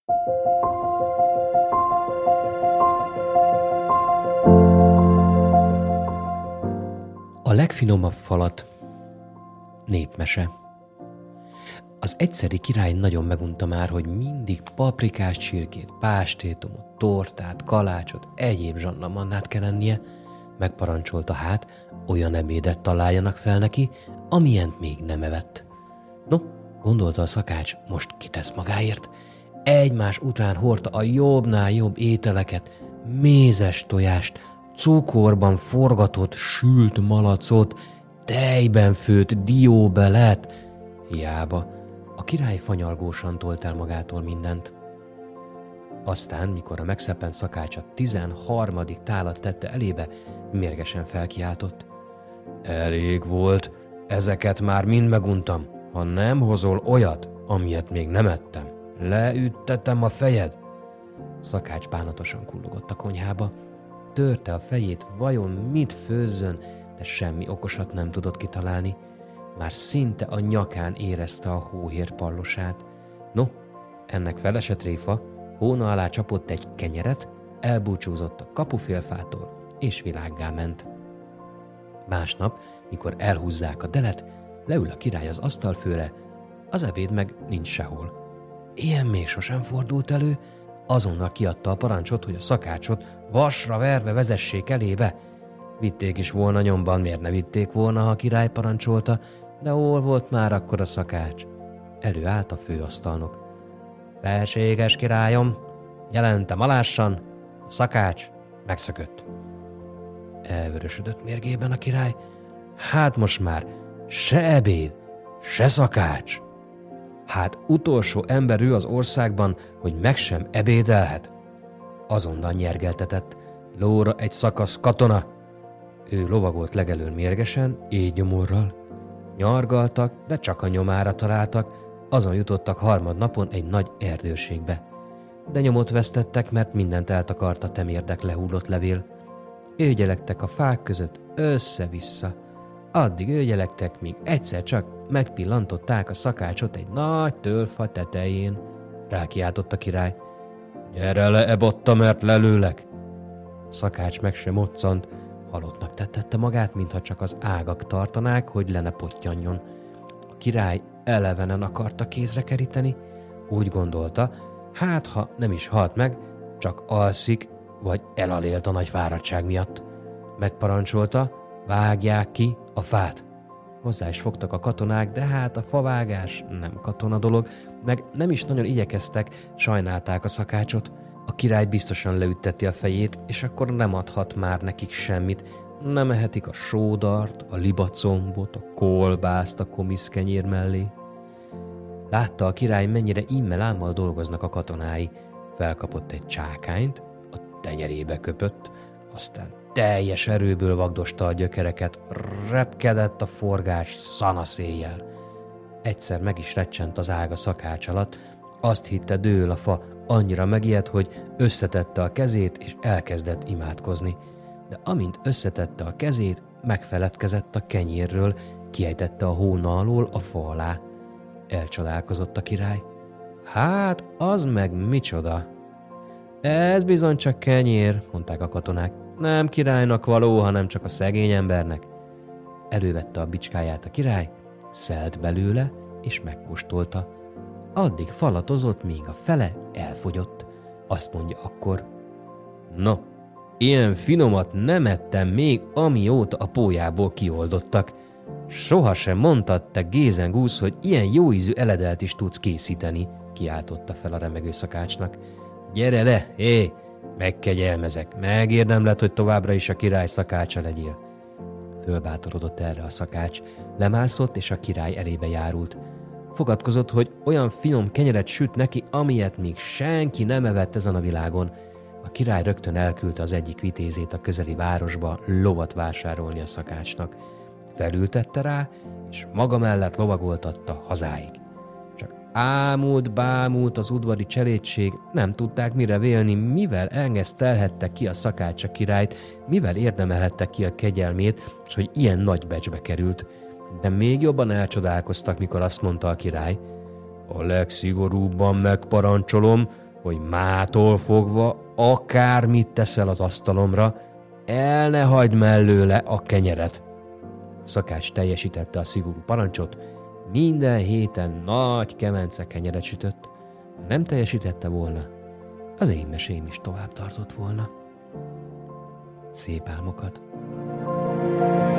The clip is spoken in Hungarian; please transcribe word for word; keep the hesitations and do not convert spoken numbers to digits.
A legfinomabb falat. Népmese. Az egyszeri király nagyon megunta már, hogy mindig paprikás csirkét, pástétomot, tortát, kalácsot, egyéb zsannamannát kell ennie. Megparancsolta hát, olyan ebédet találjanak fel neki, amilyent még nem evett. No, gondolta a szakács, most kitesz magáért. Egymás után hordta a jobbnál jobb ételeket, mézes tojást, cukorban forgatott, sült malacot, tejben főtt dióbelet. Hiába, a király fanyalgósan tolt el magától mindent. Aztán, mikor a megszeppent szakács a tizenharmadik tálat tette elébe, mérgesen felkiáltott. Elég volt, ezeket már mind meguntam. Ha nem hozol olyat, amilyet még nem ettem, leüttetem a fejed. Szakács bánatosan kullogott a konyhába. Törte a fejét, vajon mit főzzön, de semmi okosat nem tudott kitalálni. Már szinte a nyakán érezte a hóhér pallosát. No, ennek felesett tréfa, hóna alá csapott egy kenyeret, elbúcsúzott a kapufélfától, és világgá ment. Másnap, mikor elhúzzák a delet, leül a király az asztalfőre, az ebéd meg nincs sehol. Ilyen még sosem fordult elő, azonnal kiadta a parancsot, hogy a szakácsot vasra verve vezessék elébe. Vitték is volna nyomban, miért ne vitték volna, ha a király parancsolta, de hol volt már akkor a szakács? Előállt a főasztalnok. Felséges királyom, jelentem alássan, a szakács megszökött. Elvörösödött mérgében a király. Hát most már se ebéd, se szakács. Hát utolsó ember ő az országban, hogy meg sem ebédelhet. Azonnal nyergeltetett. Lóra egy szakasz katona. Ő lovagolt legelől mérgesen, éjnyomorral. Nyargaltak, de csak a nyomára találtak, azon jutottak harmadnapon egy nagy erdőségbe. De nyomot vesztettek, mert mindent eltakart a temérdek lehullott levél. Őgyelektek a fák között össze-vissza. Addig őgyelektek, míg egyszer csak megpillantották a szakácsot egy nagy tőlfa tetején. Rákiáltott a király. Gyere le, ebotta, mert lelőlek! A szakács meg sem moccant, halottnak tettette magát, mintha csak az ágak tartanák, hogy le ne pottyanjon. A király elevenen akarta kézre keríteni, úgy gondolta, hát ha nem is halt meg, csak alszik, vagy elalélt a nagy fáradtság miatt. Megparancsolta, vágják ki a fát. Hozzá is fogtak a katonák, de hát a favágás nem katona dolog, meg nem is nagyon igyekeztek, sajnálták a szakácsot. A király biztosan leütteti a fejét, és akkor nem adhat már nekik semmit. Nem ehetik a sódart, a libacombot, a kolbászt a komiszkenyér mellé. Látta a király, mennyire ímmel-ámmal dolgoznak a katonái. Felkapott egy csákányt, a tenyerébe köpött, aztán teljes erőből vagdosta a gyökereket, repkedett a forgás szanaszéjjel. Egyszer meg is recsent az ág a szakács alatt, azt hitte dől a fa, annyira megijedt, hogy összetette a kezét és elkezdett imádkozni. De amint összetette a kezét, megfeledkezett a kenyérről, kiejtette a hóna alól a fa alá. Elcsodálkozott a király. Hát, az meg micsoda? Ez bizony csak kenyér, mondták a katonák. Nem királynak való, hanem csak a szegény embernek. Elővette a bicskáját a király, szelt belőle, és megkóstolta. Addig falatozott, míg a fele elfogyott. Azt mondja akkor, no, ilyen finomat nem ettem még, amióta a pólyából kioldottak. Sohasem mondtad te gézengúz, hogy ilyen jó ízű eledelt is tudsz készíteni, kiáltotta fel a remegő szakácsnak. Gyere le, hé, megkegyelmezek, megérdemled, hogy továbbra is a király szakácsa legyél. Fölbátorodott erre a szakács, lemászott, és a király elébe járult. Fogadkozott, hogy olyan finom kenyeret süt neki, amilyet még senki nem evett ezen a világon. A király rögtön elküldte az egyik vitézét a közeli városba lovat vásárolni a szakácsnak. Felültette rá, és maga mellett lovagoltatta hazáig. Csak ámult, bámult az udvari cselédség, nem tudták mire vélni, mivel engesztelhette ki a szakács a királyt, mivel érdemelhette ki a kegyelmét, és hogy ilyen nagy becsbe került. De még jobban elcsodálkoztak, mikor azt mondta a király, a legszigorúbban megparancsolom, hogy mától fogva akármit teszel az asztalomra, el ne hagyd mellőle a kenyeret. Szakács teljesítette a szigorú parancsot, minden héten nagy kemence kenyeret sütött, ha nem teljesítette volna, az én mesém is tovább tartott volna. Szép álmokat!